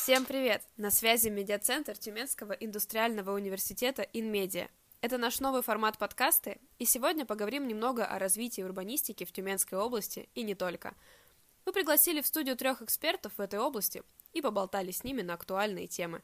Всем привет! На связи медиацентр Тюменского индустриального университета InMedia. Это наш новый формат подкасты, и сегодня поговорим немного о развитии урбанистики в Тюменской области и не только. Мы пригласили в студию 3 экспертов в этой области и поболтали с ними на актуальные темы.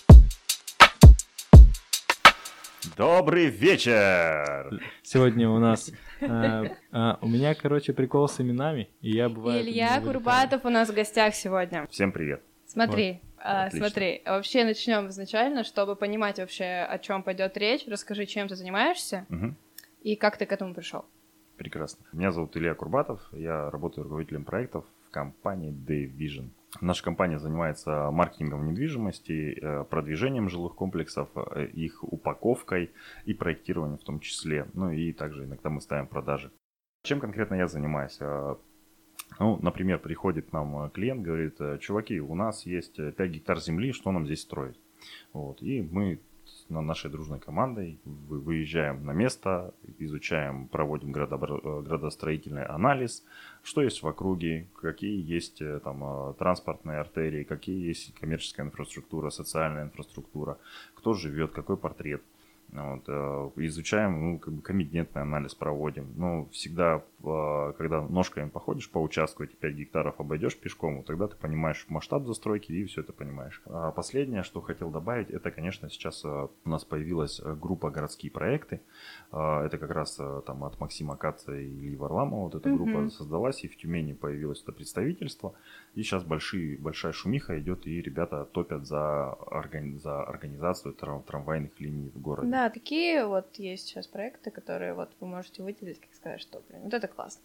Добрый вечер! Сегодня у нас... у меня, прикол с именами, и я бываю... Илья Курбатов у нас в гостях сегодня. Всем привет. Смотри, вообще начнем изначально, чтобы понимать вообще, о чем пойдет речь. Расскажи, чем ты занимаешься и как ты к этому пришел. Прекрасно. Меня зовут Илья Курбатов, я работаю руководителем проектов в компании Division. Наша компания занимается маркетингом недвижимости, продвижением жилых комплексов, их упаковкой и проектированием в том числе. Ну и также иногда мы ставим продажи. Чем конкретно я занимаюсь? Ну, например, приходит к нам клиент, говорит: чуваки, у нас есть 5 гектар земли, что нам здесь строить? Вот. И мы с нашей дружной командой выезжаем на место, изучаем, проводим градостроительный анализ, что есть в округе, какие есть там транспортные артерии, какие есть коммерческая инфраструктура, социальная инфраструктура, кто живет, какой портрет. Вот, изучаем, коммитментный анализ проводим. Но всегда, когда ножками походишь по участку, эти 5 гектаров обойдешь пешком, вот тогда ты понимаешь масштаб застройки и все это понимаешь. А последнее, что хотел добавить, это, конечно, сейчас у нас появилась группа «Городские проекты». Это как раз там от Максима Каца и Ильи Варламова вот эта группа создалась, и в Тюмени появилось это представительство. И сейчас большая шумиха идет, и ребята топят за организацию трамвайных линий в городе. Да, какие вот есть сейчас проекты, которые вот вы можете выделить, как сказать, что, вот это классно.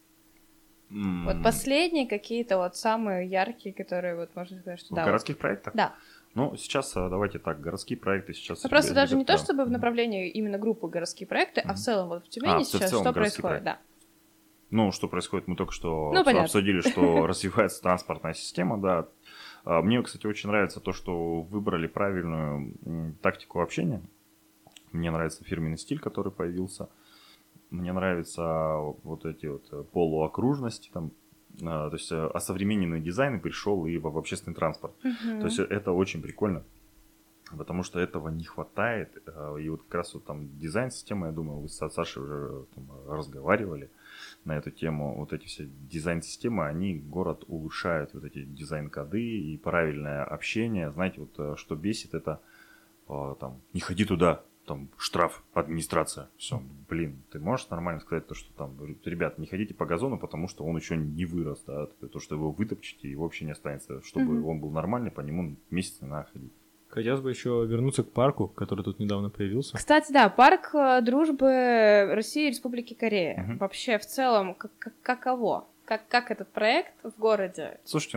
Вот последние какие-то вот самые яркие, которые вот можно сказать, что да. В городских проектах? Да. Ну, сейчас, давайте так, городские проекты сейчас... Ну, просто даже не то, чтобы в направлении именно группы городские проекты, а в целом вот в Тюмени сейчас что происходит, да. Ну, что происходит, мы только что обсудили, что развивается транспортная система, да. Мне, кстати, очень нравится то, что выбрали правильную тактику общения. Мне нравится фирменный стиль, который появился. Мне нравятся вот эти вот полуокружности, там, то есть осовремененный дизайн пришел и в общественный транспорт. То есть это очень прикольно, потому что этого не хватает. И вот как раз вот там дизайн-система, я думаю, вы с Сашей уже там разговаривали на эту тему. Вот эти все дизайн-системы, они город улучшают, вот эти дизайн-коды и правильное общение. Знаете, вот что бесит, это там не ходи туда. Там штраф, администрация. Все, ты можешь нормально сказать то, что там, ребят, не ходите по газону, потому что он еще не вырос, да, то, что его вытопчете, его вообще не останется, чтобы он был нормальный, по нему месяц не надо ходить. Хотелось бы еще вернуться к парку, который тут недавно появился. Кстати, да, парк дружбы России и Республики Корея. Вообще, в целом, каково? Как этот проект в городе? Слушайте,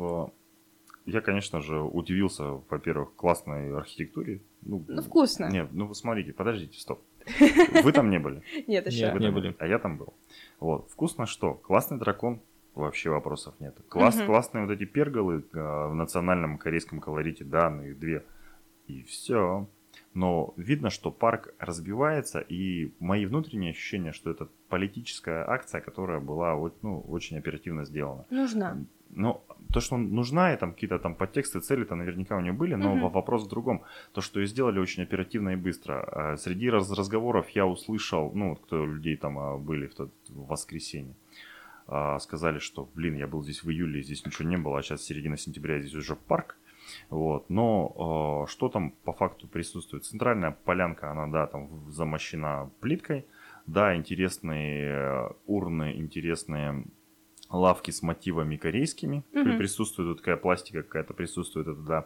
я, конечно же, удивился, во-первых, классной архитектуре. Ну, вкусно. Нет, смотрите, подождите, стоп. Вы там не были? Нет, еще не были. А я там был. Вот, вкусно что? Классный дракон, вообще вопросов нет. Классные вот эти перголы в национальном корейском колорите, да, их 2. И все. Но видно, что парк разбивается, и мои внутренние ощущения, что это политическая акция, которая была очень оперативно сделана. Нужна. Ну, то, что нужна, и там какие-то там подтексты, цели там наверняка у нее были, но вопрос в другом. То, что ее сделали очень оперативно и быстро. Среди разговоров я услышал, кто людей там были в воскресенье, сказали, что, я был здесь в июле, здесь ничего не было, а сейчас середина сентября, здесь уже парк. Вот. Но что там по факту присутствует? Центральная полянка, она, да, там замощена плиткой. Да, интересные урны, интересные лавки с мотивами корейскими. Присутствует такая пластика какая-то, присутствует это, да.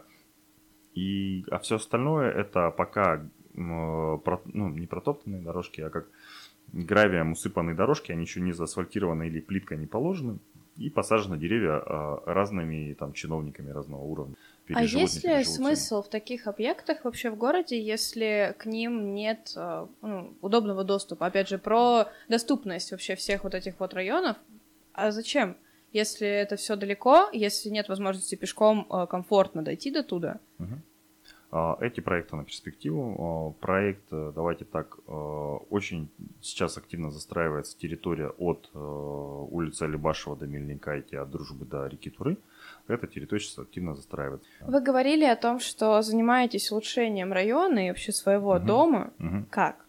А все остальное это пока не протоптанные дорожки, а как гравием усыпанные дорожки, они еще не заасфальтированы или плиткой не положены. И посажены деревья разными там чиновниками разного уровня. А есть ли смысл в таких объектах вообще в городе, если к ним нет удобного доступа? Опять же, про доступность вообще всех вот этих вот районов. А зачем? Если это все далеко, если нет возможности пешком комфортно дойти до туда? Эти проекты на перспективу. Проект, давайте так, очень сейчас активно застраивается территория от улица Алибашева до Мельника идти от Дружбы до реки Туры, эта территория сейчас активно застраивается. Вы говорили о том, что занимаетесь улучшением района и вообще своего дома. Как?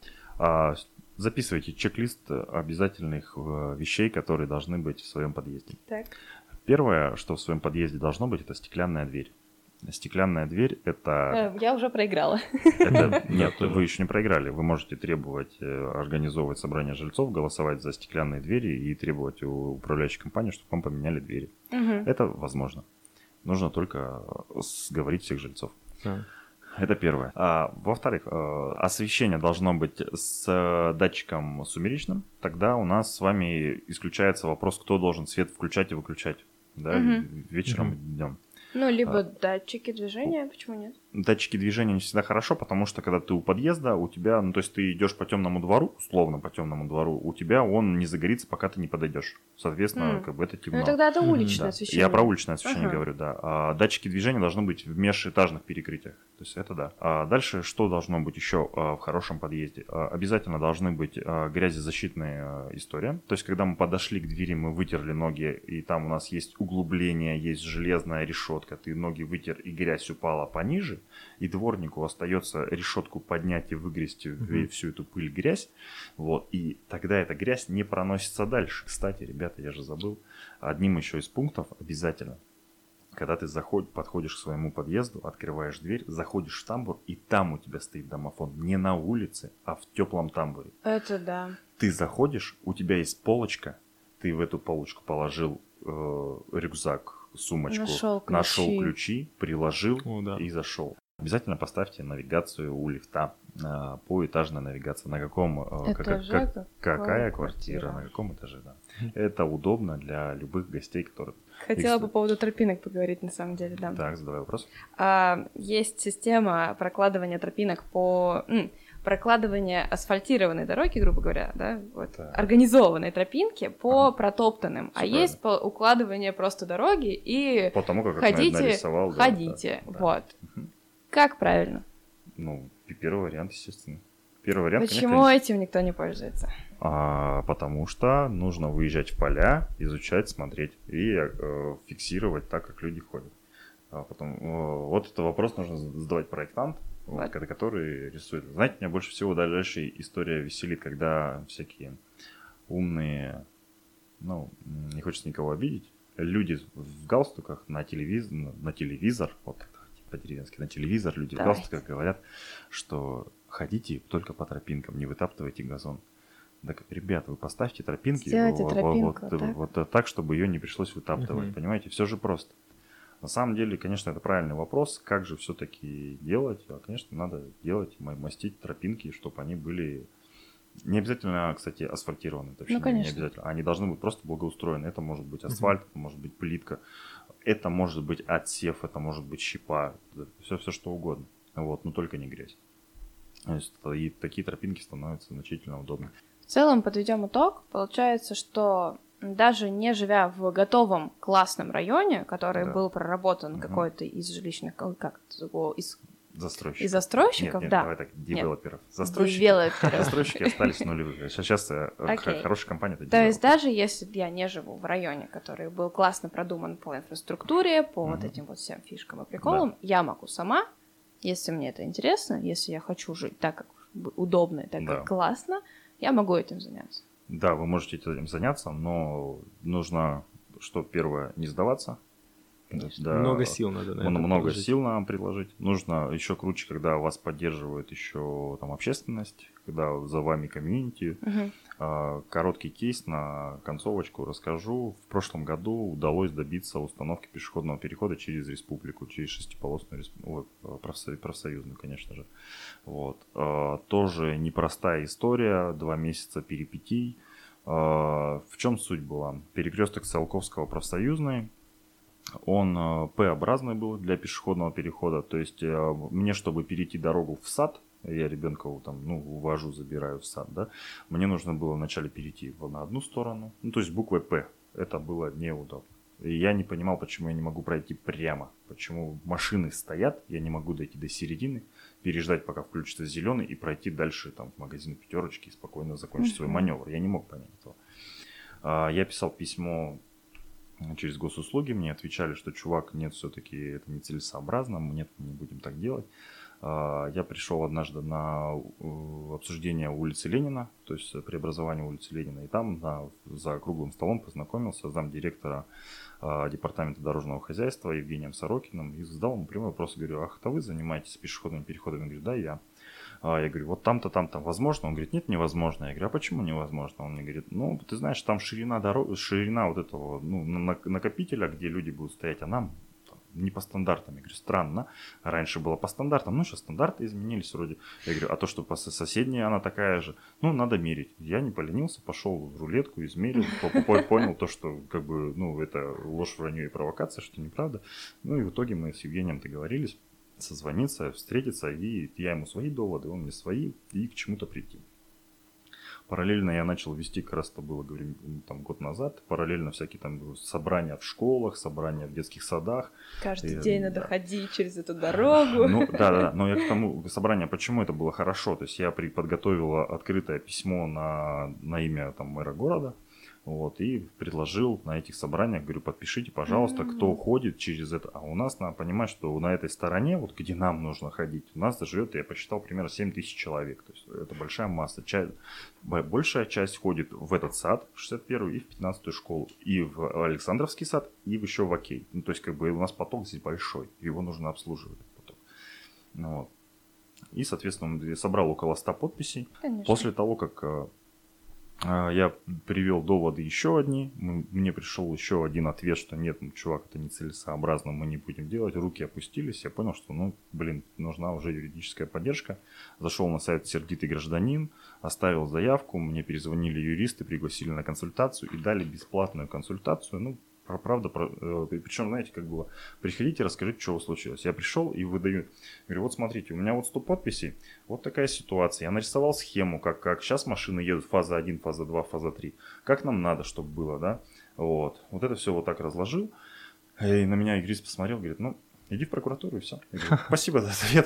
Записывайте чек-лист обязательных вещей, которые должны быть в своем подъезде. Так. Первое, что в своем подъезде должно быть, это стеклянная дверь. Стеклянная дверь — это... Я уже проиграла. Нет, вы еще не проиграли. Вы можете требовать, организовывать собрание жильцов, голосовать за стеклянные двери и требовать у управляющей компании, чтобы вам поменяли двери. Это возможно. Нужно только сговорить всех жильцов. Это первое. Во-вторых, освещение должно быть с датчиком сумеречным. Тогда у нас с вами исключается вопрос, кто должен свет включать и выключать. Да, вечером и днем. Ну, либо датчики движения, почему нет? Датчики движения не всегда хорошо, потому что когда ты у подъезда, у тебя, ну, то есть ты идешь по темному двору, условно по темному двору, у тебя он не загорится, пока ты не подойдешь. Соответственно, как бы это темно. Ну, тогда это уличное освещение. Я про уличное освещение говорю, да. Датчики движения должны быть в межэтажных перекрытиях. То есть это да. Дальше что должно быть еще в хорошем подъезде? Обязательно должны быть грязезащитные истории. То есть когда мы подошли к двери, мы вытерли ноги, и там у нас есть углубление, есть железная решетка, ты ноги вытер, и грязь упала пониже, и дворнику остается решетку поднять и выгрести всю эту пыль, грязь, вот, и тогда эта грязь не проносится дальше. Кстати, ребята, я же забыл, одним еще из пунктов обязательно, когда ты подходишь к своему подъезду, открываешь дверь, заходишь в тамбур, и там у тебя стоит домофон не на улице, а в теплом тамбуре. Это да. Ты заходишь, у тебя есть ты в эту полочку положил рюкзак, сумочку, нашел ключи, приложил и зашел. Обязательно поставьте навигацию у лифта, поэтажная навигация, на каком какая квартира, на каком этаже. Да. Это удобно для любых гостей, которые... Хотела по поводу тропинок поговорить, на самом деле, да. Так, задавай вопрос. Есть система прокладывания тропинок прокладывание асфальтированной дороги, грубо говоря, да, вот, организованной тропинки по протоптанным, есть укладывание просто дороги и по тому, как нарисовал, ходите, да. Вот. Как правильно? Ну, первый вариант, естественно. Первый вариант, почему этим никто не пользуется? Потому что нужно выезжать в поля, изучать, смотреть и фиксировать так, как люди ходят. Вот этот вопрос нужно задавать проектанту, который рисует. Знаете, меня больше всего дальше история веселит, когда всякие умные, не хочется никого обидеть, люди в галстуках на телевизор, вот по-деревенски, на телевизор люди в галстуках говорят, что ходите только по тропинкам, не вытаптывайте газон. Так, ребят, вы поставьте тропинки вот так, чтобы ее не пришлось вытаптывать, понимаете? Все же просто. На самом деле, конечно, это правильный вопрос, как же все-таки делать. Конечно, надо делать, мастить тропинки, чтобы они были не обязательно, кстати, асфальтированы. Ну, конечно. Не обязательно. Они должны быть просто благоустроены. Это может быть асфальт, это может быть плитка, это может быть отсев, это может быть щепа, все что угодно. Вот, но только не грязь. И такие тропинки становятся значительно удобнее. В целом, подведем итог. Получается, что даже не живя в готовом классном районе, который был проработан какой-то из жилищных, из застройщиков, нет, да. Давай так, девелоперов. Застройщики остались нулевые. Сейчас хорошая компания это делает. То есть даже если я не живу в районе, который был классно продуман по инфраструктуре, по вот этим вот всем фишкам и приколам, я могу сама, если мне это интересно, если я хочу жить так, как удобно и так, как классно, я могу этим заняться. Да, вы можете этим заняться, но нужно, что первое, не сдаваться. Да, много сил надо на это много сил нам приложить. Нужно еще круче, когда вас поддерживает еще там общественность, когда за вами комьюнити. Короткий кейс на концовочку расскажу. В прошлом году удалось добиться установки пешеходного перехода через республику, через шестиполосную профсоюзную, конечно же. Вот. Тоже непростая история, 2 месяца перипетий. В чем суть была? Перекресток Циолковского профсоюзной. Он П-образный был для пешеходного перехода. То есть мне, чтобы перейти дорогу в сад, я ребенка увожу, забираю в сад, да, мне нужно было вначале перейти на одну сторону, то есть буквой П. Это было неудобно. И я не понимал, почему я не могу пройти прямо, почему машины стоят, я не могу дойти до середины, переждать, пока включится зеленый, и пройти дальше там, в магазин Пятерочки и спокойно закончить свой маневр. Я не мог понять этого. Я писал письмо через госуслуги, мне отвечали, что, чувак, нет, все-таки это нецелесообразно, нет, мы не будем так делать. Я пришел однажды на обсуждение улицы Ленина, то есть преобразование улицы Ленина, и там за круглым столом познакомился с замдиректора департамента дорожного хозяйства Евгением Сорокиным и задал ему прямой вопрос, говорю, ах, это вы занимаетесь пешеходными переходами? Он говорит, да, я. Я говорю, вот там-то, там-то возможно? Он говорит, нет, невозможно. Я говорю, а почему невозможно? Он мне говорит, ну, ты знаешь, там ширина вот этого накопителя, где люди будут стоять, а нам не по стандартам. Я говорю, странно. Раньше было по стандартам, ну, сейчас стандарты изменились вроде. Я говорю, а то, что по соседней она такая же, ну, надо мерить. Я не поленился, пошел в рулетку, измерил, понял то, что, как бы, ну, это ложь, вранье и провокация, что неправда. Ну, и в итоге мы с Евгением договорились созвониться, встретиться, и я ему свои доводы, он мне свои, и к чему-то прийти. Параллельно я начал вести, как раз это было, говорю, там, год назад, параллельно всякие там собрания в школах, собрания в детских садах. Каждый день надо ходить через эту дорогу. Ну, да, но я к тому собранию, почему это было хорошо, то есть я подготовил открытое письмо на имя там мэра города, вот, и предложил на этих собраниях, говорю, подпишите, пожалуйста, кто ходит через это. А у нас, надо понимать, что на этой стороне, вот где нам нужно ходить, у нас живет, я посчитал, примерно 7 тысяч человек. То есть это большая масса. Большая часть ходит в этот сад, в 61-ю, и в 15-ю школу, и в Александровский сад, и еще в Окей. Ну, то есть, как бы у нас поток здесь большой, его нужно обслуживать. Поток. Ну, вот. И, соответственно, я собрал около 100 подписей. Конечно. После того, как я привел доводы еще одни, мне пришел еще один ответ, что нет, чувак, это нецелесообразно, мы не будем делать, руки опустились, я понял, что, нужна уже юридическая поддержка. Зашел на сайт «Сердитый гражданин», оставил заявку, мне перезвонили юристы, пригласили на консультацию и дали бесплатную консультацию, правда, причем, знаете, как было, приходите, расскажите, что случилось. Я пришел и выдаю, говорю, вот смотрите, у меня вот 100 подписей, вот такая ситуация. Я нарисовал схему, как сейчас машины едут, фаза 1, фаза 2, фаза 3. Как нам надо, чтобы было, да? Вот это все вот так разложил. И на меня юрист посмотрел, говорит, иди в прокуратуру и все. Я говорю, спасибо за совет.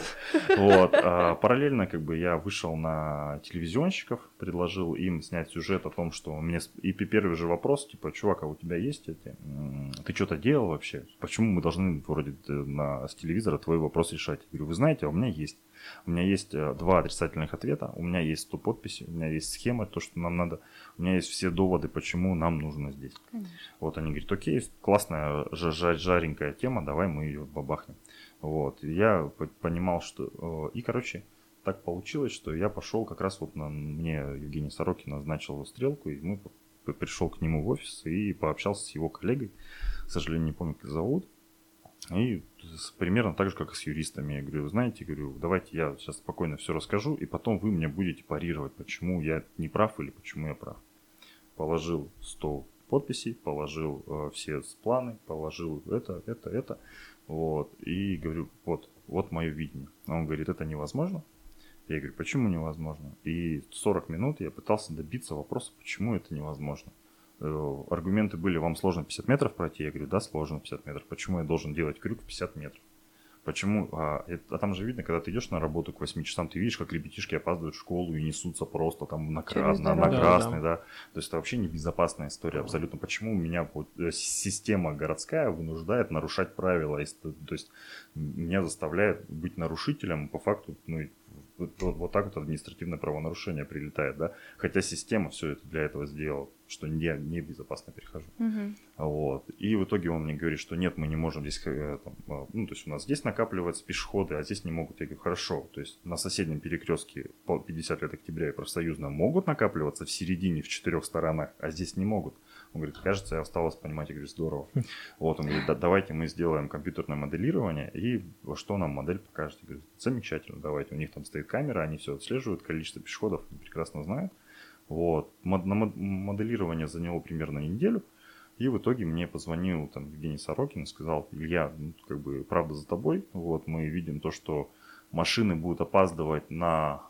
Параллельно я вышел на телевизионщиков, предложил им снять сюжет о том, что мне... И первый же вопрос, типа, чувак, а у тебя есть эти... Ты что-то делал вообще? Почему мы должны вроде с телевизора твой вопрос решать? Я говорю, вы знаете, а у меня есть. У меня есть 2 отрицательных ответа, у меня есть 100 подписей, у меня есть схема, то, что нам надо. У меня есть все доводы, почему нам нужно здесь. Конечно. Вот они говорят, окей, классная, жаренькая тема, давай мы ее бабахнем. Вот, и я понимал, что... И, так получилось, что я пошел как раз мне Евгений Сорокин назначил стрелку, и мы пришел к нему в офис и пообщался с его коллегой, к сожалению, не помню, как зовут. И примерно так же, как и с юристами. Я говорю, знаете, давайте я сейчас спокойно все расскажу, и потом вы мне будете парировать, почему я не прав или почему я прав. Положил 100 подписей, положил все планы, положил это. Вот, и говорю, вот мое видение. Он говорит, это невозможно. Я говорю, почему невозможно? И 40 минут я пытался добиться вопроса, почему это невозможно. Аргументы были, вам сложно 50 метров пройти? Я говорю, да, сложно 50 метров. Почему я должен делать крюк в 50 метров? Почему? А там же видно, когда ты идешь на работу к 8 часам, ты видишь, как ребятишки опаздывают в школу и несутся просто там на красный, да. То есть это вообще небезопасная история абсолютно. Почему меня система городская вынуждает нарушать правила? То есть меня заставляет быть нарушителем, по факту, вот так вот административное правонарушение прилетает, да, хотя система все это для этого сделала, что я небезопасно перехожу. Вот. И в итоге он мне говорит, что нет, мы не можем здесь, то есть у нас здесь накапливаются пешеходы, а здесь не могут. Я говорю, хорошо, то есть на соседнем перекрестке 50 лет октября и Профсоюзном могут накапливаться в середине, в 4 сторонах, а здесь не могут. Он говорит, кажется, я стал вас понимать. Я говорю, здорово. Вот, он говорит, давайте мы сделаем компьютерное моделирование, и во что нам модель покажет. Я говорю, замечательно, давайте. У них там стоит камера, они все отслеживают, количество пешеходов прекрасно знают. Вот. Моделирование заняло примерно неделю, и в итоге мне позвонил Евгений Сорокин и сказал, Илья, правда за тобой, вот, мы видим то, что машины будут опаздывать на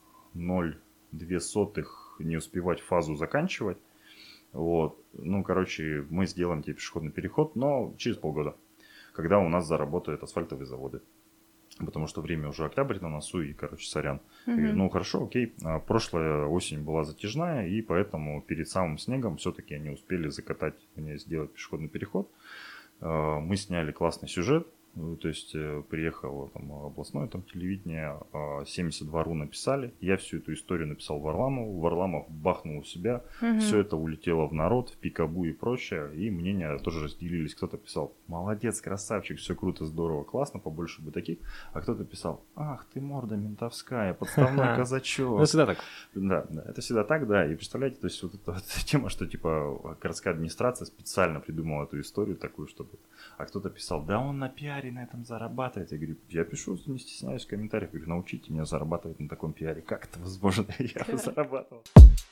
0,02, не успевать фазу заканчивать. Вот. Мы сделаем тебе пешеходный переход, но через полгода, когда у нас заработают асфальтовые заводы. потому что время уже октябрь на носу, и, короче, сорян. Я говорю, ну, хорошо, окей. Прошлая осень была затяжная, и поэтому перед самым снегом все-таки они успели закатать, мне сделать пешеходный переход. Мы сняли классный сюжет. То есть приехало там областное там, телевидение, 72 написали. Я всю эту историю написал Варламову. Варламов бахнул у себя. Все это улетело в народ, в Пикабу и прочее. И мнения тоже разделились. Кто-то писал: молодец, красавчик, все круто, здорово, классно, побольше бы таких. А кто-то писал: ах ты морда ментовская, подставной казачок. Это всегда так. Да, это всегда так, да. И представляете, то есть вот эта тема, что типа городская администрация специально придумала эту историю такую, чтобы... А кто-то писал: да он на пиаре на этом зарабатывает. Я говорю, я пишу, не стесняюсь в комментариях, говорю, научите меня зарабатывать на таком пиаре. Как это возможно? Я зарабатывал.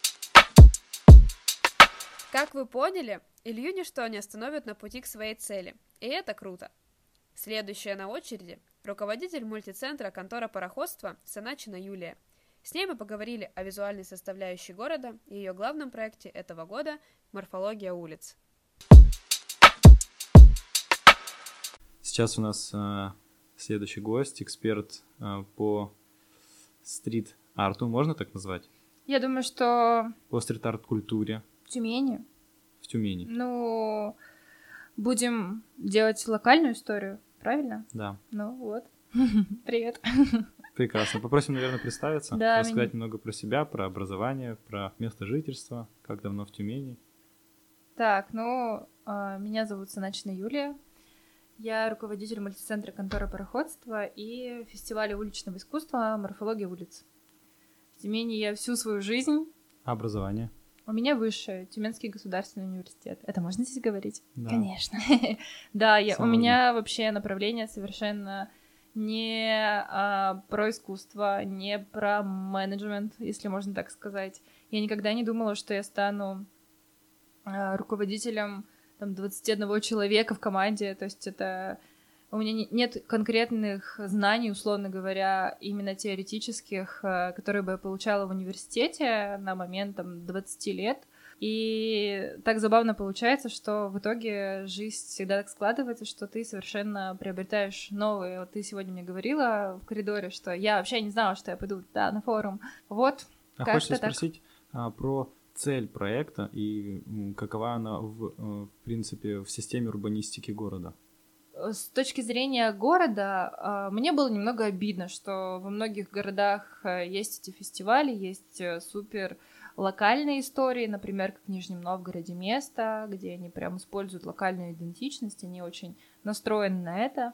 Как вы поняли, Илью ничто не остановит на пути к своей цели. И это круто. Следующая на очереди – руководитель мультицентра контора пароходства Саначина Юлия. С ней мы поговорили о визуальной составляющей города и ее главном проекте этого года – морфология улиц. Сейчас у нас следующий гость, эксперт по стрит-арту, можно так назвать? Я думаю, что... По стрит-арт-культуре. В Тюмени. В Тюмени. Ну, будем делать локальную историю, правильно? Да. Ну вот. Привет. Прекрасно. Попросим, наверное, представиться, да, рассказать немного про себя, про образование, про место жительства, как давно в Тюмени. Так, ну, меня зовут Саначина Юлия. Я руководитель мультицентра контора пароходства и фестиваля уличного искусства «Морфология улиц». В Тюмени я всю свою жизнь. Образование? У меня высшее, Тюменский государственный университет. Это можно здесь говорить? Да. Конечно. Да, у меня вообще направление совершенно не про искусство, не про менеджмент, если можно так сказать. Я никогда не думала, что я стану руководителем 21 человека в команде, то есть это... У меня нет конкретных знаний, условно говоря, именно теоретических, которые бы я получала в университете на момент 20 лет. И так забавно получается, что в итоге жизнь всегда так складывается, что ты совершенно приобретаешь новые. Вот ты сегодня мне говорила в коридоре, что я вообще не знала, что я пойду на форум. Вот, как-то хочется спросить про цель проекта и какова она, в принципе, в системе урбанистики города? С точки зрения города, мне было немного обидно, что во многих городах есть эти фестивали, есть супер локальные истории, например, как в Нижнем Новгороде место, где они прям используют локальную идентичность, они очень настроены на это.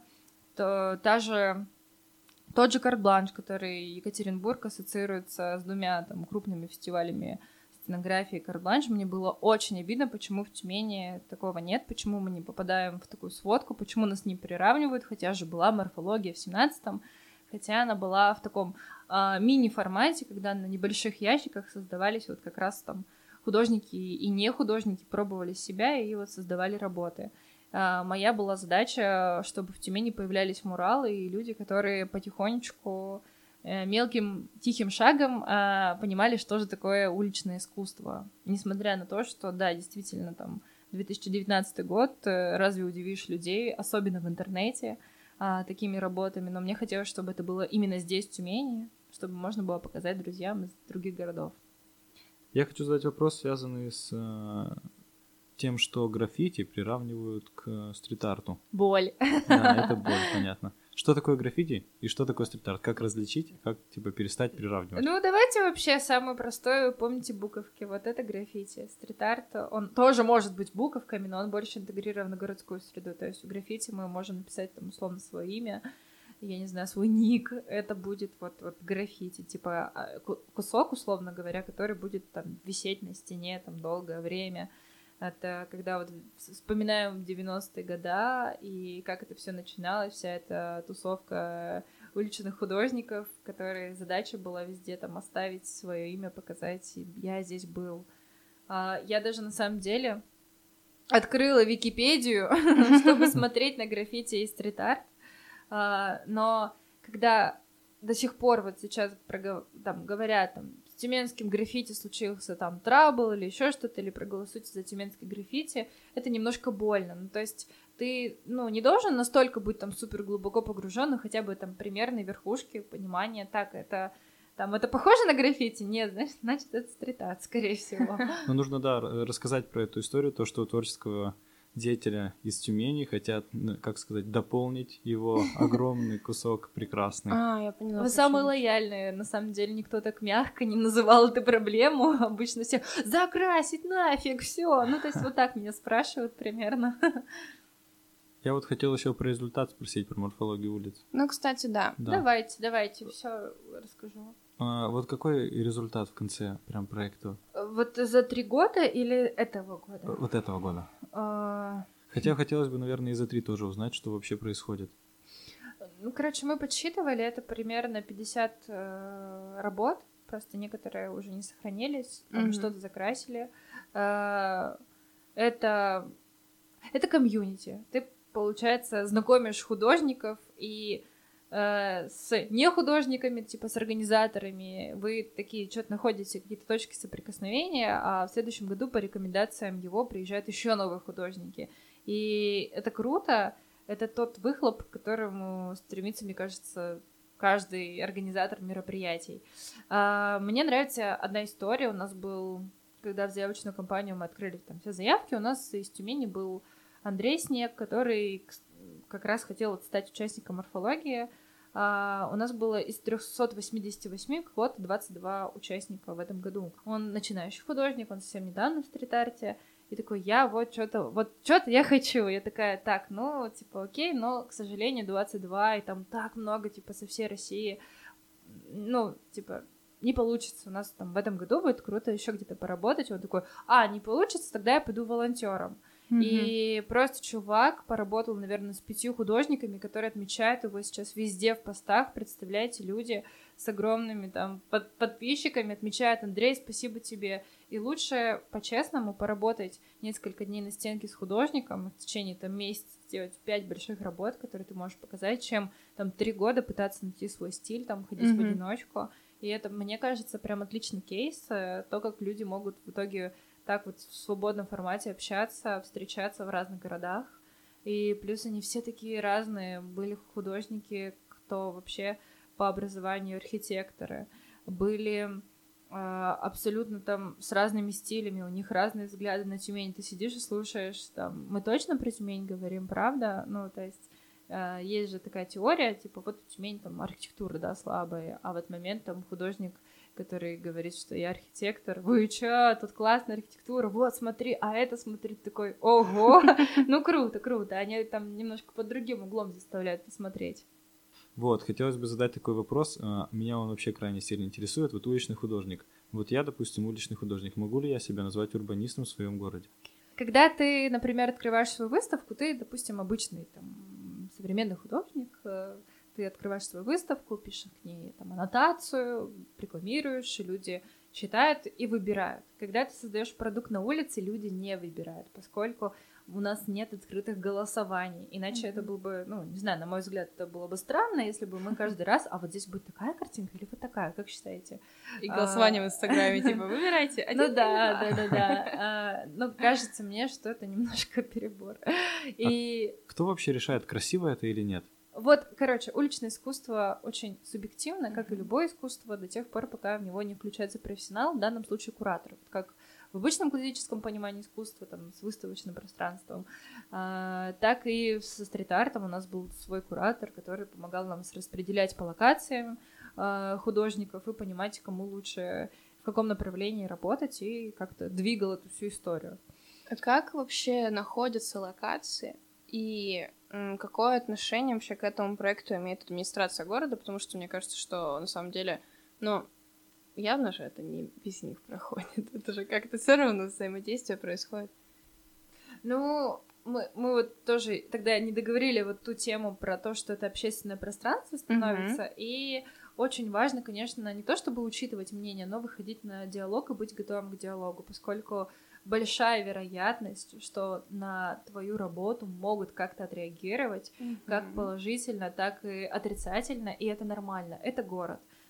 Тот же карт-бланш, который Екатеринбург ассоциируется с двумя крупными фестивалями сценографии карт-бланш, мне было очень обидно, почему в Тюмени такого нет, почему мы не попадаем в такую сводку, почему нас не приравнивают, хотя же была морфология в 17-м, хотя она была в таком мини-формате, когда на небольших ящиках создавались вот как раз художники и не художники пробовали себя и вот создавали работы. Моя была задача, чтобы в Тюмени появлялись муралы и люди, которые потихонечку мелким тихим шагом понимали, что же такое уличное искусство. Несмотря на то, что, да, действительно, 2019 год, разве удивишь людей, особенно в интернете, такими работами, но мне хотелось, чтобы это было именно здесь, в Тюмени, чтобы можно было показать друзьям из других городов. Я хочу задать вопрос, связанный с тем, что граффити приравнивают к стрит-арту. Боль. Да, это боль, понятно. Что такое граффити и что такое стрит-арт? Как различить, как перестать приравнивать? Ну, давайте вообще самое простое, помните буковки. Вот это граффити. Стрит-арт, он тоже может быть буковками, но он больше интегрирован в городскую среду. То есть в граффити мы можем написать условно свое имя, я не знаю, свой ник. Это будет вот граффити, типа кусок, условно говоря, который будет висеть на стене долгое время. Это когда вот вспоминаем 90-е годы и как это все начиналось, вся эта тусовка уличных художников, которые задача была везде оставить свое имя, показать, я здесь был. Я даже на самом деле открыла Википедию, чтобы смотреть на граффити и стрит-арт, но когда до сих пор вот сейчас говорят тюменским граффити случился там трабл или еще что-то, или проголосуйте за тюменский граффити, это немножко больно. Ну, то есть ты, не должен настолько быть там супер глубоко погружен, но хотя бы там примерной верхушки понимания, так, это похоже на граффити? Нет, значит, это стрит-арт, скорее всего. Но нужно, рассказать про эту историю, то, что у творческого деятеля из Тюмени хотят, как сказать, дополнить его огромный кусок прекрасный. Я поняла. Вы самые лояльные, на самом деле, никто так мягко не называл эту проблему. Обычно все закрасить нафиг, все. Ну, то есть вот так меня спрашивают примерно. Я вот хотел еще про результат спросить, про морфологию улиц. Ну, кстати, да. Давайте, все расскажу. Вот какой результат в конце прям проекта? Вот за 3 года или этого года? Вот этого года. Хотя хотелось бы, наверное, и за 3 тоже узнать, что вообще происходит. Ну, короче, мы подсчитывали, это примерно 50 работ, просто некоторые уже не сохранились, там что-то закрасили. Это комьюнити. Ты, получается, знакомишь художников и с нехудожниками, типа с организаторами, вы такие что-то находите, какие-то точки соприкосновения, а в следующем году по рекомендациям его приезжают еще новые художники. И это круто, это тот выхлоп, к которому стремится, мне кажется, каждый организатор мероприятий. Мне нравится одна история, у нас был, когда в заявочную кампанию мы открыли там все заявки, у нас из Тюмени был Андрей Снег, который как раз хотел стать участником морфологии. У нас было из 388 квот 22 участника в этом году. Он начинающий художник, он совсем недавно в стрит-арте. И такой, я вот что-то я хочу. Я такая, так, окей, но, к сожалению, 22, и там так много, со всей России. Не получится. У нас там в этом году будет круто еще где-то поработать. Он такой, не получится, тогда я пойду волонтером. И просто чувак поработал, наверное, с 5 художниками, которые отмечают его сейчас везде в постах. Представляете, люди с огромными там подписчиками отмечают: Андрей, спасибо тебе. И лучше по-честному поработать несколько дней на стенке с художником, в течение месяца сделать 5 больших работ, которые ты можешь показать, чем 3 года пытаться найти свой стиль, ходить в одиночку. И это, мне кажется, прям отличный кейс, то, как люди могут в итоге так вот в свободном формате общаться, встречаться в разных городах. И плюс они все такие разные. Были художники, кто вообще по образованию архитекторы. Были абсолютно там с разными стилями, у них разные взгляды на Тюмень. Ты сидишь и слушаешь, мы точно про Тюмень говорим, правда? То есть есть же такая теория, вот Тюмень архитектура, слабая, а в этот момент художник, который говорит, что я архитектор, вы чё, тут классная архитектура, вот, смотри, а это смотри, такой, ого, круто, они там немножко под другим углом заставляют посмотреть. Вот, хотелось бы задать такой вопрос, меня он вообще крайне сильно интересует, вот уличный художник. Вот я, допустим, уличный художник, могу ли я себя назвать урбанистом в своем городе? Когда ты, например, открываешь свою выставку, ты, допустим, обычный современный художник, ты открываешь свою выставку, пишешь к ней аннотацию, рекламируешь, и люди читают и выбирают. Когда ты создаешь продукт на улице, люди не выбирают, поскольку у нас нет открытых голосований. Иначе это было бы, не знаю, на мой взгляд, это было бы странно, если бы мы каждый раз, вот здесь будет такая картинка или вот такая, как считаете? И голосование в Инстаграме, выбирайте. Но кажется мне, что это немножко перебор. Кто вообще решает, красиво это или нет? Вот, уличное искусство очень субъективно, как и любое искусство, до тех пор, пока в него не включается профессионал, в данном случае куратор. Как в обычном классическом понимании искусства, с выставочным пространством, так и со стрит-артом у нас был свой куратор, который помогал нам распределять по локациям художников и понимать, кому лучше, в каком направлении работать, и как-то двигал эту всю историю. А как вообще находятся локации? И какое отношение вообще к этому проекту имеет администрация города? Потому что мне кажется, что на самом деле, явно же это не без них проходит. Это же как-то все равно взаимодействие происходит. Мы вот тоже тогда не договорили вот ту тему про то, что это общественное пространство становится, и очень важно, конечно, не то чтобы учитывать мнение, но выходить на диалог и быть готовым к диалогу, поскольку большая вероятность, что на твою работу могут как-то отреагировать, как положительно, так и отрицательно, и это нормально, это город.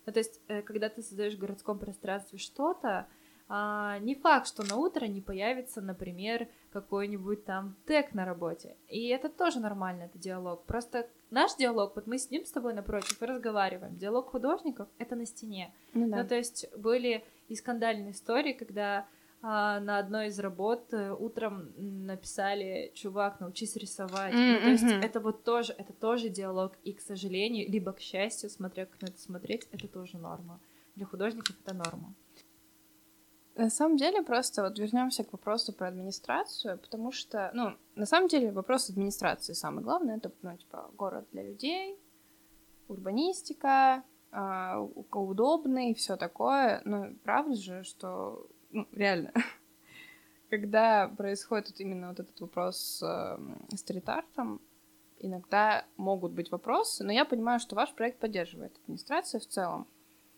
Ну, то есть, когда ты создаешь в городском пространстве что-то, не факт, что на утро не появится, например, какой-нибудь там тег на работе. И это тоже нормально, это диалог. Просто наш диалог, вот мы сидим с тобой напротив и разговариваем. Диалог художников — это на стене. Ну, да. Ну, то есть были и скандальные истории, когда на одной из работ утром написали: чувак, научись рисовать. Ну, то есть это тоже диалог. И, к сожалению, либо к счастью, смотря как на это смотреть, это тоже норма. Для художников это норма. На самом деле, просто вот вернемся к вопросу про администрацию, потому что, ну, на самом деле вопрос администрации самый главный, это, ну, типа, город для людей, урбанистика, удобный, все такое, но правда же, что, ну, реально, когда происходит вот именно вот этот вопрос с стрит-артом, иногда могут быть вопросы, но я понимаю, что ваш проект поддерживает администрация в целом.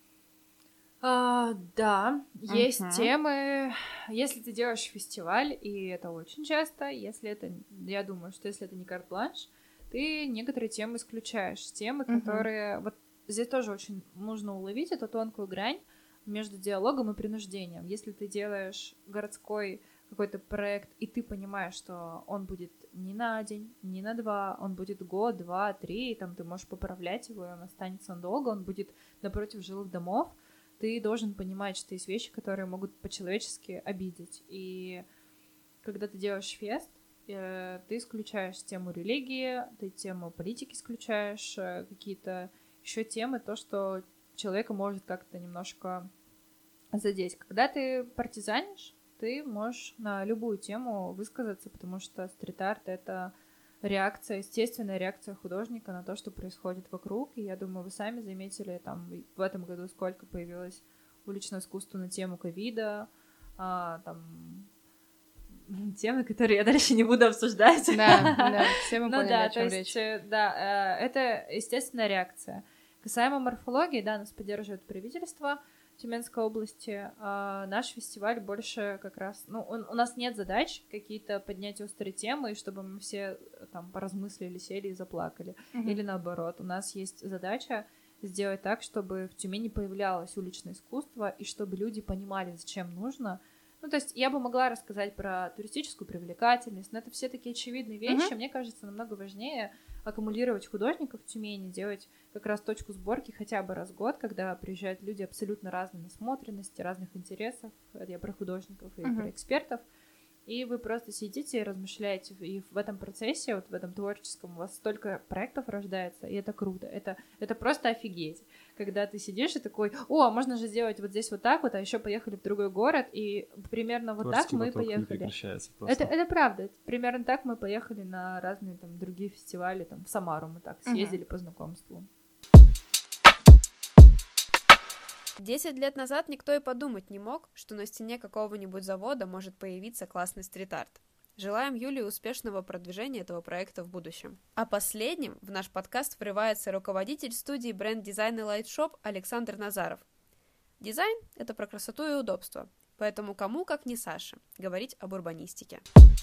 Да, есть темы, если ты делаешь фестиваль, и это очень часто, если это, я думаю, что если это не карт-бланш, ты некоторые темы исключаешь, темы, которые, вот здесь тоже очень нужно уловить эту тонкую грань между диалогом и принуждением. Если ты делаешь городской какой-то проект, и ты понимаешь, что он будет не на день, не на два, он будет год, два, три, и там ты можешь поправлять его, и он останется надолго, он будет напротив жилых домов, ты должен понимать, что есть вещи, которые могут по-человечески обидеть. И когда ты делаешь фест, ты исключаешь тему религии, ты тему политики исключаешь, какие-то еще темы, то, что человека может как-то немножко задеть. Когда ты партизанишь, ты можешь на любую тему высказаться, потому что стрит-арт — это реакция, естественная реакция художника на то, что происходит вокруг. И я думаю, вы сами заметили, там в этом году сколько появилось уличного искусства на тему ковида, там темы, которые я дальше не буду обсуждать. Да, все мы поняли, о чем речь. Да, это естественная реакция. Касаемо морфологии, да, нас поддерживает правительство Тюменской области. Наш фестиваль больше как раз... Ну, у нас нет задач какие-то поднять острые темы, чтобы мы все там поразмыслили, сели и заплакали. Или наоборот. У нас есть задача сделать так, чтобы в Тюмени появлялось уличное искусство, и чтобы люди понимали, зачем нужно. Ну, то есть я бы могла рассказать про туристическую привлекательность, но это все такие очевидные вещи. Мне кажется, намного важнее аккумулировать художников в Тюмени, делать как раз точку сборки хотя бы раз в год, когда приезжают люди абсолютно разной насмотренности, разных интересов. Это я про художников и про экспертов. И вы просто сидите и размышляете, и в этом процессе, вот в этом творческом, у вас столько проектов рождается, и это круто, это просто офигеть. Когда ты сидишь и такой: о, можно же сделать вот здесь вот так вот, а еще поехали в другой город, и примерно вот так мы поехали. Это правда, примерно так мы поехали на разные там другие фестивали, там в Самару мы так съездили по знакомству. 10 лет назад никто и подумать не мог, что на стене какого-нибудь завода может появиться классный стрит-арт. Желаем Юлии успешного продвижения этого проекта в будущем. А последним в наш подкаст врывается руководитель студии бренд-дизайна Light Shop Александр Назаров. Дизайн — это про красоту и удобство, поэтому кому, как не Саше, говорить об урбанистике.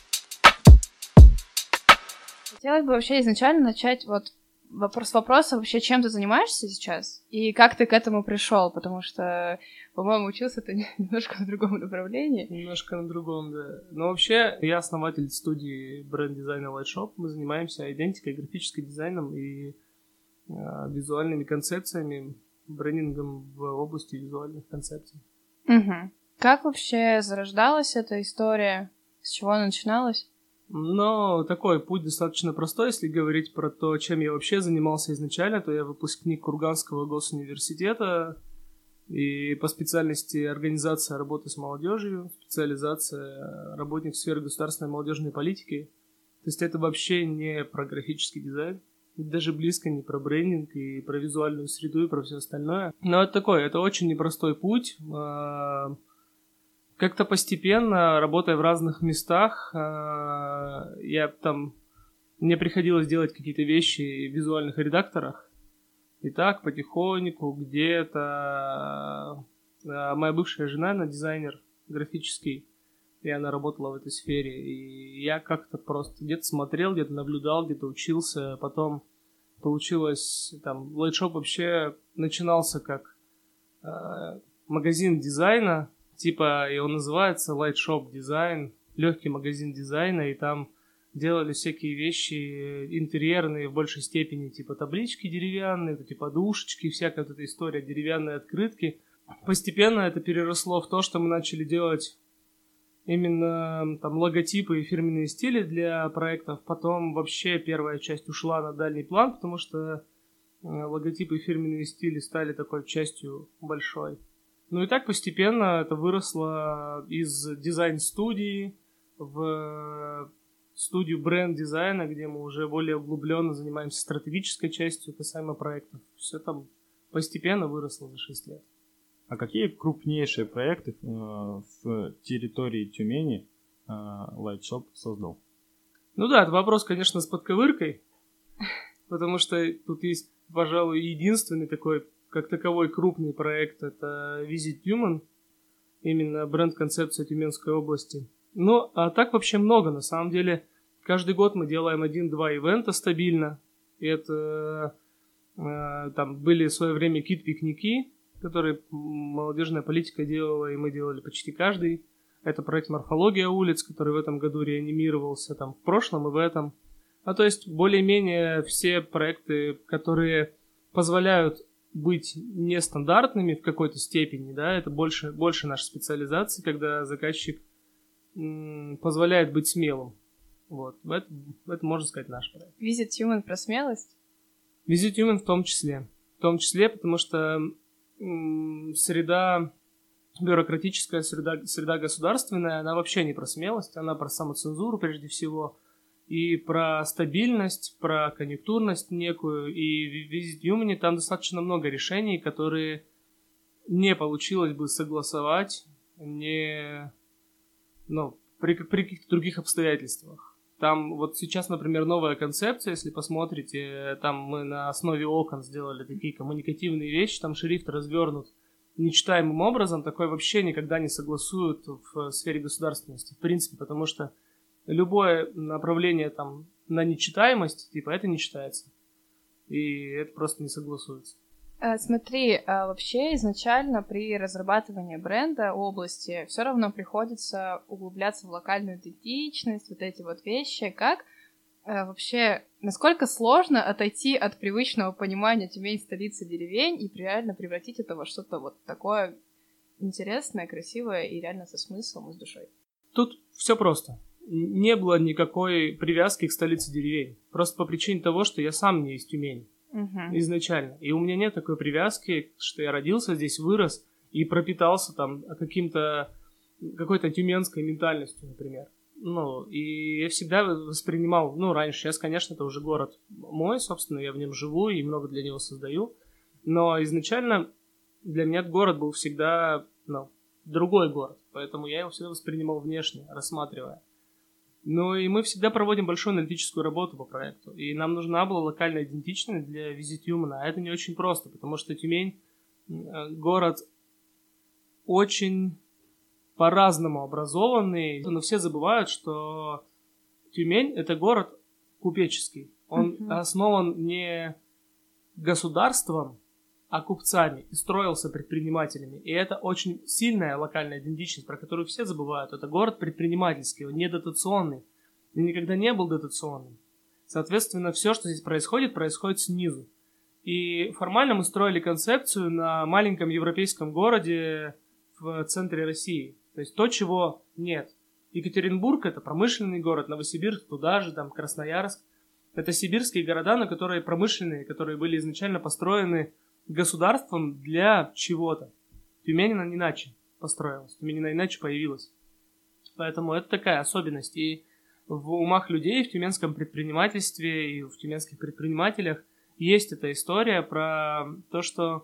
Хотелось бы вообще изначально начать вот вопроса вообще, чем ты занимаешься сейчас и как ты к этому пришел, потому что, по-моему, учился ты немножко на другом направлении. Немножко на другом, да. Но вообще я основатель студии бренд-дизайна Light Shop. Мы занимаемся идентикой, графическим дизайном и визуальными концепциями, брендингом в области визуальных концепций. Как вообще зарождалась эта история? С чего она начиналась? Но такой путь достаточно простой. Если говорить про то, чем я вообще занимался изначально, то я выпускник Курганского госуниверситета и по специальности организация работы с молодежью, специализация работник сферы государственной молодежной политики. То есть это вообще не про графический дизайн, даже близко не про брендинг и про визуальную среду и про все остальное. Но это очень непростой путь. Как-то постепенно, работая в разных местах, мне приходилось делать какие-то вещи в визуальных редакторах. И так, потихоньку, где-то... Моя бывшая жена, она дизайнер графический, и она работала в этой сфере. И я как-то просто где-то смотрел, где-то наблюдал, где-то учился. Потом получилось... Light Shop вообще начинался как магазин дизайна, типа, и он называется Light Shop Design, легкий магазин дизайна, и там делали всякие вещи интерьерные в большей степени, типа таблички деревянные, эти подушечки, всякая вот эта история, деревянные открытки. Постепенно это переросло в то, что мы начали делать именно там логотипы и фирменные стили для проектов. Потом вообще первая часть ушла на дальний план, потому что логотипы и фирменные стили стали такой частью большой. Ну и так постепенно это выросло из дизайн-студии в студию бренд-дизайна, где мы уже более углубленно занимаемся стратегической частью касаемо проектов. Все там постепенно выросло за 6 лет. А какие крупнейшие проекты в территории Тюмени Light Shop создал? Ну да, это вопрос, конечно, с подковыркой, потому что тут есть, пожалуй, единственный такой, как таковой, крупный проект, это Visit Human, именно бренд-концепция Тюменской области. Ну, а так вообще много, на самом деле. Каждый год мы делаем 1-2 ивента стабильно. И это там были в свое время кит-пикники, которые молодежная политика делала, и мы делали почти каждый. Это проект «Морфология улиц», который в этом году реанимировался там в прошлом и в этом. То есть более-менее все проекты, которые позволяют быть нестандартными в какой-то степени, да, это больше наша специализация, когда заказчик позволяет быть смелым. Вот. Это можно сказать наш проект. Visit Human про смелость? Visit Human в том числе. В том числе, потому что среда бюрократическая, среда государственная, она вообще не про смелость, она про самоцензуру прежде всего, и про стабильность, про конъюнктурность некую. И в Visit Human там достаточно много решений, которые не получилось бы согласовать при каких-то других обстоятельствах. Там вот сейчас, например, новая концепция, если посмотрите, там мы на основе окон сделали такие коммуникативные вещи, там шрифт развернут нечитаемым образом, такое вообще никогда не согласуют в сфере государственности, в принципе, потому что любое направление там на нечитаемость, типа, это не читается. И это просто не согласуется. Смотри, вообще изначально при разрабатывании бренда области все равно приходится углубляться в локальную идентичность, вот эти вот вещи. Как вообще, насколько сложно отойти от привычного понимания Тюмень столицы деревень и реально превратить это во что-то вот такое интересное, красивое и реально со смыслом и с душой? Тут все просто. Не было никакой привязки к столице деревень. Просто по причине того, что я сам не из Тюмени. Изначально. И у меня нет такой привязки, что я родился здесь, вырос и пропитался там какой-то тюменской ментальностью, например. И я всегда воспринимал, раньше, сейчас, конечно, это уже город мой, собственно, я в нем живу и много для него создаю, но изначально для меня этот город был всегда, другой город, поэтому я его всегда воспринимал внешне, рассматривая. И мы всегда проводим большую аналитическую работу по проекту. И нам нужна была локальная идентичность для Visit Human. А это не очень просто, потому что Тюмень город очень по-разному образованный. Но все забывают, что Тюмень — это город купеческий. Он основан не государством, а купцами. И строился предпринимателями. И это очень сильная локальная идентичность, про которую все забывают. Это город предпринимательский, он не дотационный. И никогда не был дотационным. Соответственно, все, что здесь происходит снизу. И формально мы строили концепцию на маленьком европейском городе в центре России. То есть то, чего нет. Екатеринбург — это промышленный город, Новосибирск туда же, там Красноярск. Это сибирские города, которые промышленные, которые были изначально построены государством для чего-то. Тюмень она иначе построилась, Тюмень она иначе появилась. Поэтому это такая особенность. И в умах людей, в тюменском предпринимательстве и в тюменских предпринимателях есть эта история про то, что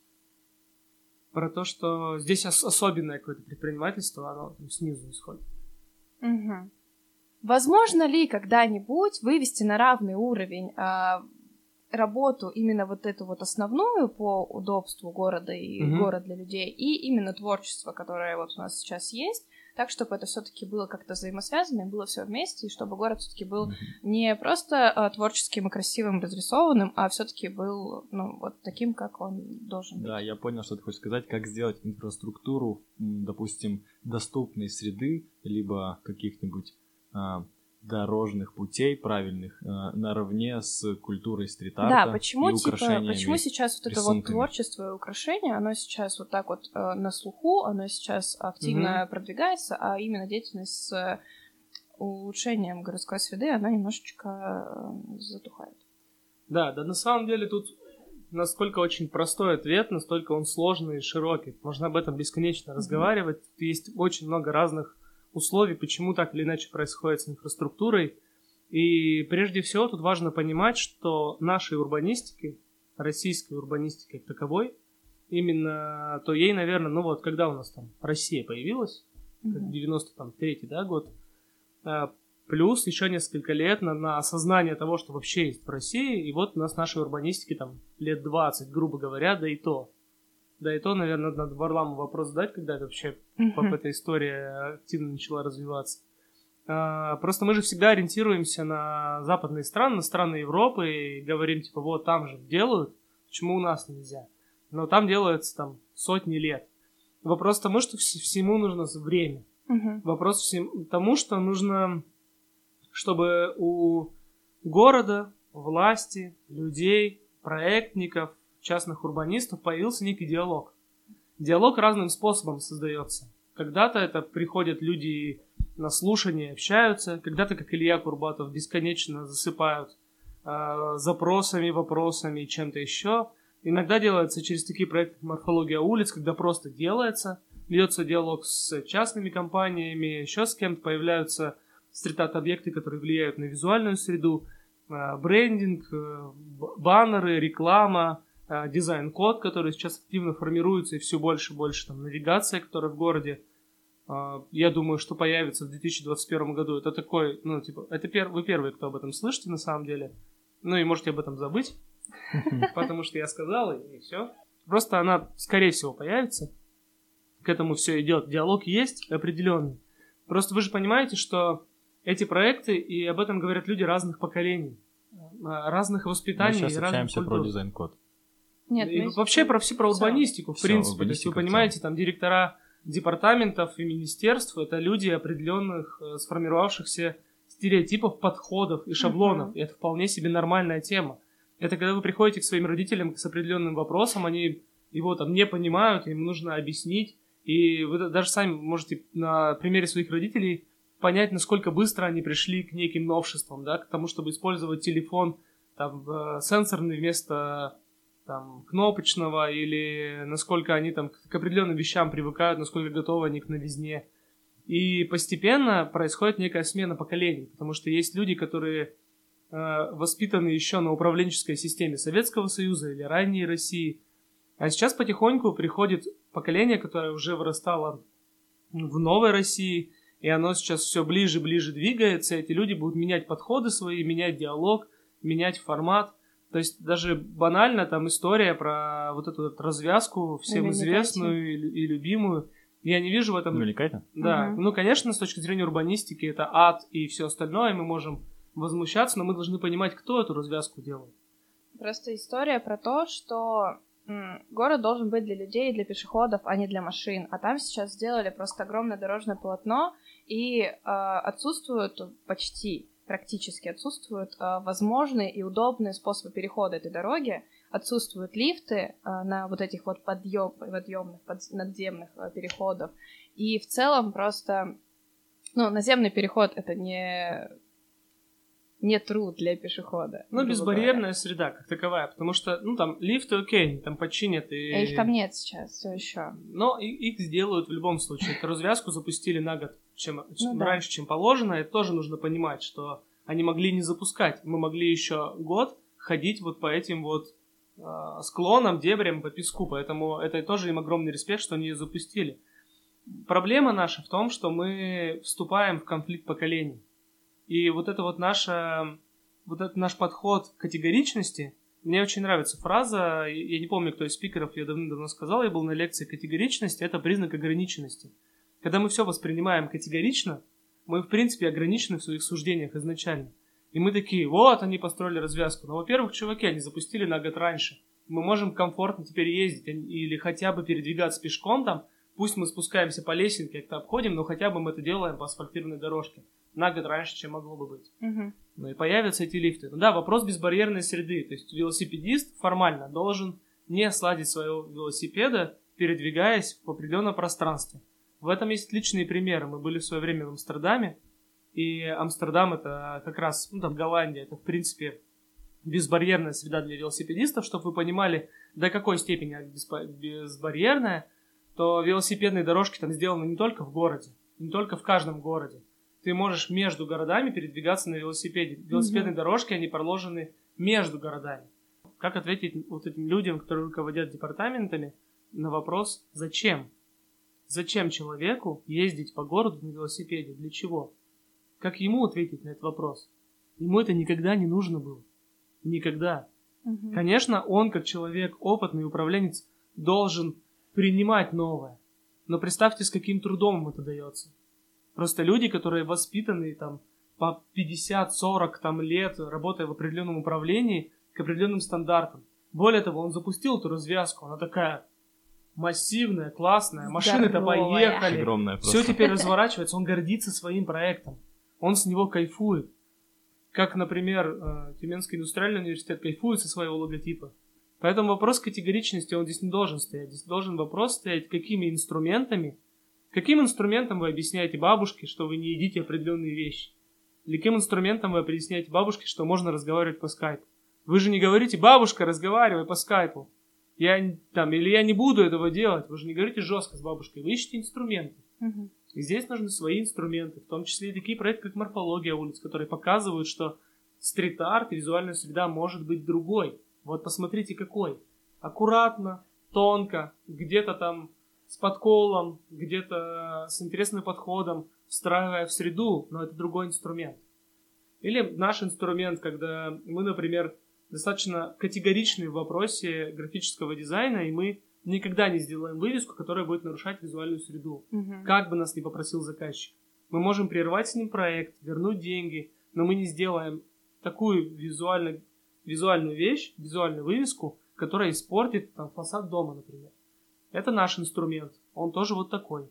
здесь особенное какое-то предпринимательство, оно там снизу исходит. Угу. Возможно ли когда-нибудь вывести на равный уровень работу именно вот эту вот основную по удобству города и город для людей, и именно творчество, которое вот у нас сейчас есть, так, чтобы это все-таки было как-то взаимосвязано, и было все вместе, и чтобы город все-таки был не просто творческим и красивым, разрисованным, а все-таки был, ну, вот таким, как он должен быть. Да, я понял, что ты хочешь сказать, как сделать инфраструктуру, допустим, доступной среды, либо каких-нибудь дорожных путей правильных наравне с культурой стрит-арта. Да, почему, и украшениями, почему сейчас вот это вот творчество и украшение, оно сейчас вот так вот на слуху, оно сейчас активно продвигается, а именно деятельность с улучшением городской среды, она немножечко затухает. Да, на самом деле тут насколько очень простой ответ, настолько он сложный и широкий. Можно об этом бесконечно разговаривать. Тут есть очень много разных условий, почему так или иначе происходит с инфраструктурой. И прежде всего тут важно понимать, что нашей урбанистики, российской урбанистики как таковой, именно то ей, наверное, ну вот когда у нас там Россия появилась, 93-й, да, год, плюс еще несколько лет на осознание того, что вообще есть в России, и вот у нас нашей урбанистики там лет 20, грубо говоря, да и то, наверное, надо Варламу вопрос задать, когда это вообще эта история активно начала развиваться. Просто мы же всегда ориентируемся на западные страны, на страны Европы, и говорим, типа, вот там же делают, почему у нас нельзя? Но там делается там сотни лет. Вопрос тому, что всему нужно время. Вопрос тому, что нужно, чтобы у города, власти, людей, проектников, частных урбанистов появился некий диалог. Диалог разным способом создается. Когда-то это приходят люди на слушание, общаются, когда-то, как Илья Курбатов, бесконечно засыпают запросами, вопросами и чем-то еще. Иногда делается через такие проекты, как «Морфология улиц», когда просто ведется диалог с частными компаниями, еще с кем-то, появляются стрит-арт-объекты, которые влияют на визуальную среду, брендинг, баннеры, реклама, дизайн-код, который сейчас активно формируется, и все больше и больше там навигация, которая в городе, я думаю, что появится в 2021 году. Это такой, ну, типа, это вы первые, кто об этом слышите на самом деле. Ну и можете об этом забыть, потому что я сказал, и все. Просто она, скорее всего, появится. К этому все идет. Диалог есть определенный. Просто вы же понимаете, что эти проекты, и об этом говорят люди разных поколений, разных воспитаний. Мы сейчас общаемся про дизайн-код. Нет, и вообще про урбанистику, в принципе. То есть вы понимаете, там директора департаментов и министерств — это люди определенных сформировавшихся стереотипов, подходов и шаблонов. И это вполне себе нормальная тема. Это когда вы приходите к своим родителям с определенным вопросом, они его там не понимают, им нужно объяснить. И вы даже сами можете на примере своих родителей понять, насколько быстро они пришли к неким новшествам, да, к тому, чтобы использовать телефон там, сенсорный вместо там, кнопочного, или насколько они там к определенным вещам привыкают, насколько готовы они к новизне. И постепенно происходит некая смена поколений, потому что есть люди, которые воспитаны еще на управленческой системе Советского Союза или ранней России. А сейчас потихоньку приходит поколение, которое уже вырастало в новой России, и оно сейчас все ближе и ближе двигается. Эти люди будут менять подходы свои, менять диалог, менять формат. То есть даже банально там история про вот эту вот развязку, всем известную и любимую. Я не вижу в этом... Увлекательно? Да. Ну, конечно, с точки зрения урбанистики это ад и все остальное. Мы можем возмущаться, но мы должны понимать, кто эту развязку делает. Просто история про то, что город должен быть для людей и для пешеходов, а не для машин. А там сейчас сделали просто огромное дорожное полотно, и отсутствуют практически отсутствуют возможные и удобные способы перехода этой дороги, отсутствуют лифты на вот этих вот подъемных, надземных переходов, и в целом просто, ну, наземный переход — это не труд для пешехода. Ну, безбарьерная среда как таковая, потому что, ну, там, лифты окей, там починят и... А их там нет сейчас, все еще. Но их сделают в любом случае. Эту развязку запустили на год раньше, чем положено. Это тоже нужно понимать, что они могли не запускать. Мы могли еще год ходить вот по этим вот склонам, дебрям, по песку. Поэтому это тоже им огромный респект, что они ее запустили. Проблема наша в том, что мы вступаем в конфликт поколений. И вот это вот наш подход к категоричности, мне очень нравится фраза, я не помню, кто из спикеров ее давно сказал, я был на лекции «Категоричность — это признак ограниченности». Когда мы все воспринимаем категорично, мы, в принципе, ограничены в своих суждениях изначально. И мы такие, вот, они построили развязку. Но, во-первых, чуваки, они запустили на год раньше. Мы можем комфортно теперь ездить или хотя бы передвигаться пешком там. Пусть мы спускаемся по лесенке, как-то обходим, но хотя бы мы это делаем по асфальтированной дорожке. На год раньше, чем могло бы быть. Ну и появятся эти лифты. Ну да, вопрос безбарьерной среды. То есть велосипедист формально должен не сладить своего велосипеда, передвигаясь в определенном пространстве. В этом есть отличные примеры. Мы были в свое время в Амстердаме, и Амстердам это как раз, ну там Голландия, это в принципе безбарьерная среда для велосипедистов. Чтобы вы понимали, до какой степени она безбарьерная, то велосипедные дорожки там сделаны не только в городе, не только в каждом городе. Ты можешь между городами передвигаться на велосипеде. Велосипедные дорожки, они проложены между городами. Как ответить вот этим людям, которые руководят департаментами, на вопрос «Зачем?» Зачем человеку ездить по городу на велосипеде? Для чего? Как ему ответить на этот вопрос? Ему это никогда не нужно было. Никогда. Конечно, он, как человек, опытный управленец, должен принимать новое. Но представьте, с каким трудом им это дается. Просто люди, которые воспитаны там, по 50-40 там, лет, работая в определенном управлении, к определенным стандартам. Более того, он запустил эту развязку, она такая массивная, классная, машины-то поехали, огромная все теперь разворачивается, он гордится своим проектом, он с него кайфует. Как, например, Тюменский индустриальный университет кайфует со своего логотипа. Поэтому вопрос категоричности, он здесь не должен стоять. Здесь должен вопрос стоять, каким инструментом вы объясняете бабушке, что вы не едите определенные вещи? Или каким инструментом вы объясняете бабушке, что можно разговаривать по скайпу? Вы же не говорите, бабушка, разговаривай по скайпу. Или я не буду этого делать. Вы же не говорите жестко с бабушкой. Вы ищете инструменты. И здесь нужны свои инструменты. В том числе и такие проекты, как морфология улиц, которые показывают, что стрит-арт, визуальная среда может быть другой. Вот посмотрите какой. Аккуратно, тонко, где-то там с подколом, где-то с интересным подходом, встраивая в среду, но это другой инструмент. Или наш инструмент, когда мы, например, достаточно категоричны в вопросе графического дизайна, и мы никогда не сделаем вывеску, которая будет нарушать визуальную среду. Как бы нас ни попросил заказчик. Мы можем прервать с ним проект, вернуть деньги, но мы не сделаем такую визуальную вещь, визуальную вывеску, которая испортит там, фасад дома, например. Это наш инструмент. Он тоже вот такой.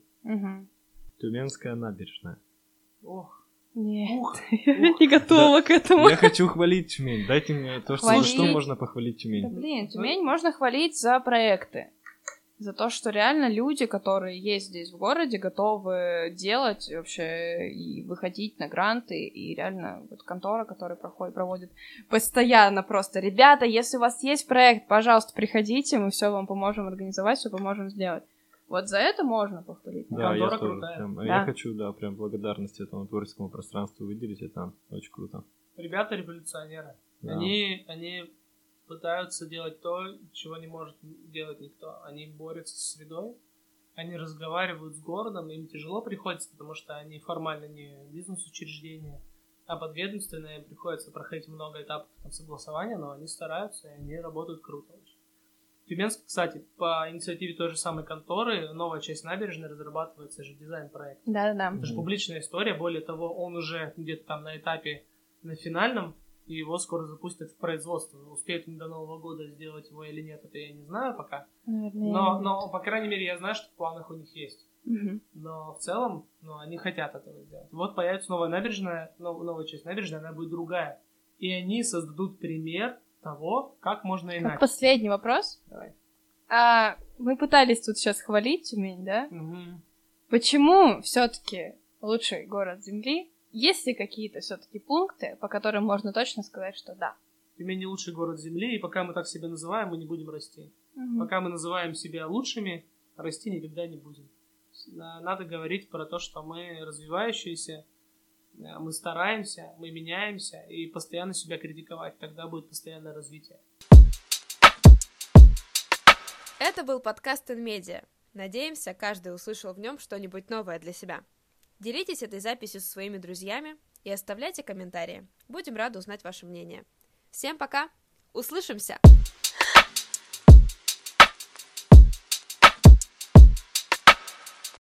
Тюменская набережная. Ох. Нет, не готова к этому. Я хочу хвалить Тюмень. Дайте мне то, что можно похвалить Тюмень. Блин, Тюмень можно хвалить за проекты. За то, что реально люди, которые есть здесь в городе, готовы делать вообще и выходить на гранты, и реально вот контора, которая проводит постоянно просто. Ребята, если у вас есть проект, пожалуйста, приходите, мы все вам поможем организовать, все поможем сделать. Вот за это можно похвалить. Да, контора я тоже крутая. прям, Да. Я хочу, прям благодарность этому творческому пространству выделить, это очень круто. Ребята революционеры. Да. Они пытаются делать то, чего не может делать никто. Они борются с средой, они разговаривают с городом, им тяжело приходится, потому что они формально не бизнес-учреждения, а подведомственные, им приходится проходить много этапов там, согласования, но они стараются, и они работают круто очень. Тюменск, кстати, по инициативе той же самой конторы, новая часть набережной разрабатывается же дизайн-проект. Да-да-да. Это же публичная история, более того, он уже где-то там на этапе, на финальном, и его скоро запустят в производство. Успеют они до Нового года сделать его или нет, это я не знаю пока. Наверное, Но, по крайней мере, я знаю, что в планах у них есть. Но в целом, они хотят этого сделать. Вот появится новая набережная, новая часть набережной, она будет другая. И они создадут пример того, как можно иначе. Как последний вопрос. Давай. Мы пытались тут сейчас хвалить Тюмень, да? Почему все-таки лучший город Земли? Есть ли какие-то все-таки пункты, по которым можно точно сказать, что да? Тюмень не лучший город Земли, и пока мы так себя называем, мы не будем расти. Пока мы называем себя лучшими, расти никогда не будем. Надо говорить про то, что мы развивающиеся, мы стараемся, мы меняемся, и постоянно себя критиковать. Тогда будет постоянное развитие. Это был подкаст InMedia. Надеемся, каждый услышал в нем что-нибудь новое для себя. Делитесь этой записью со своими друзьями и оставляйте комментарии. Будем рады узнать ваше мнение. Всем пока! Услышимся!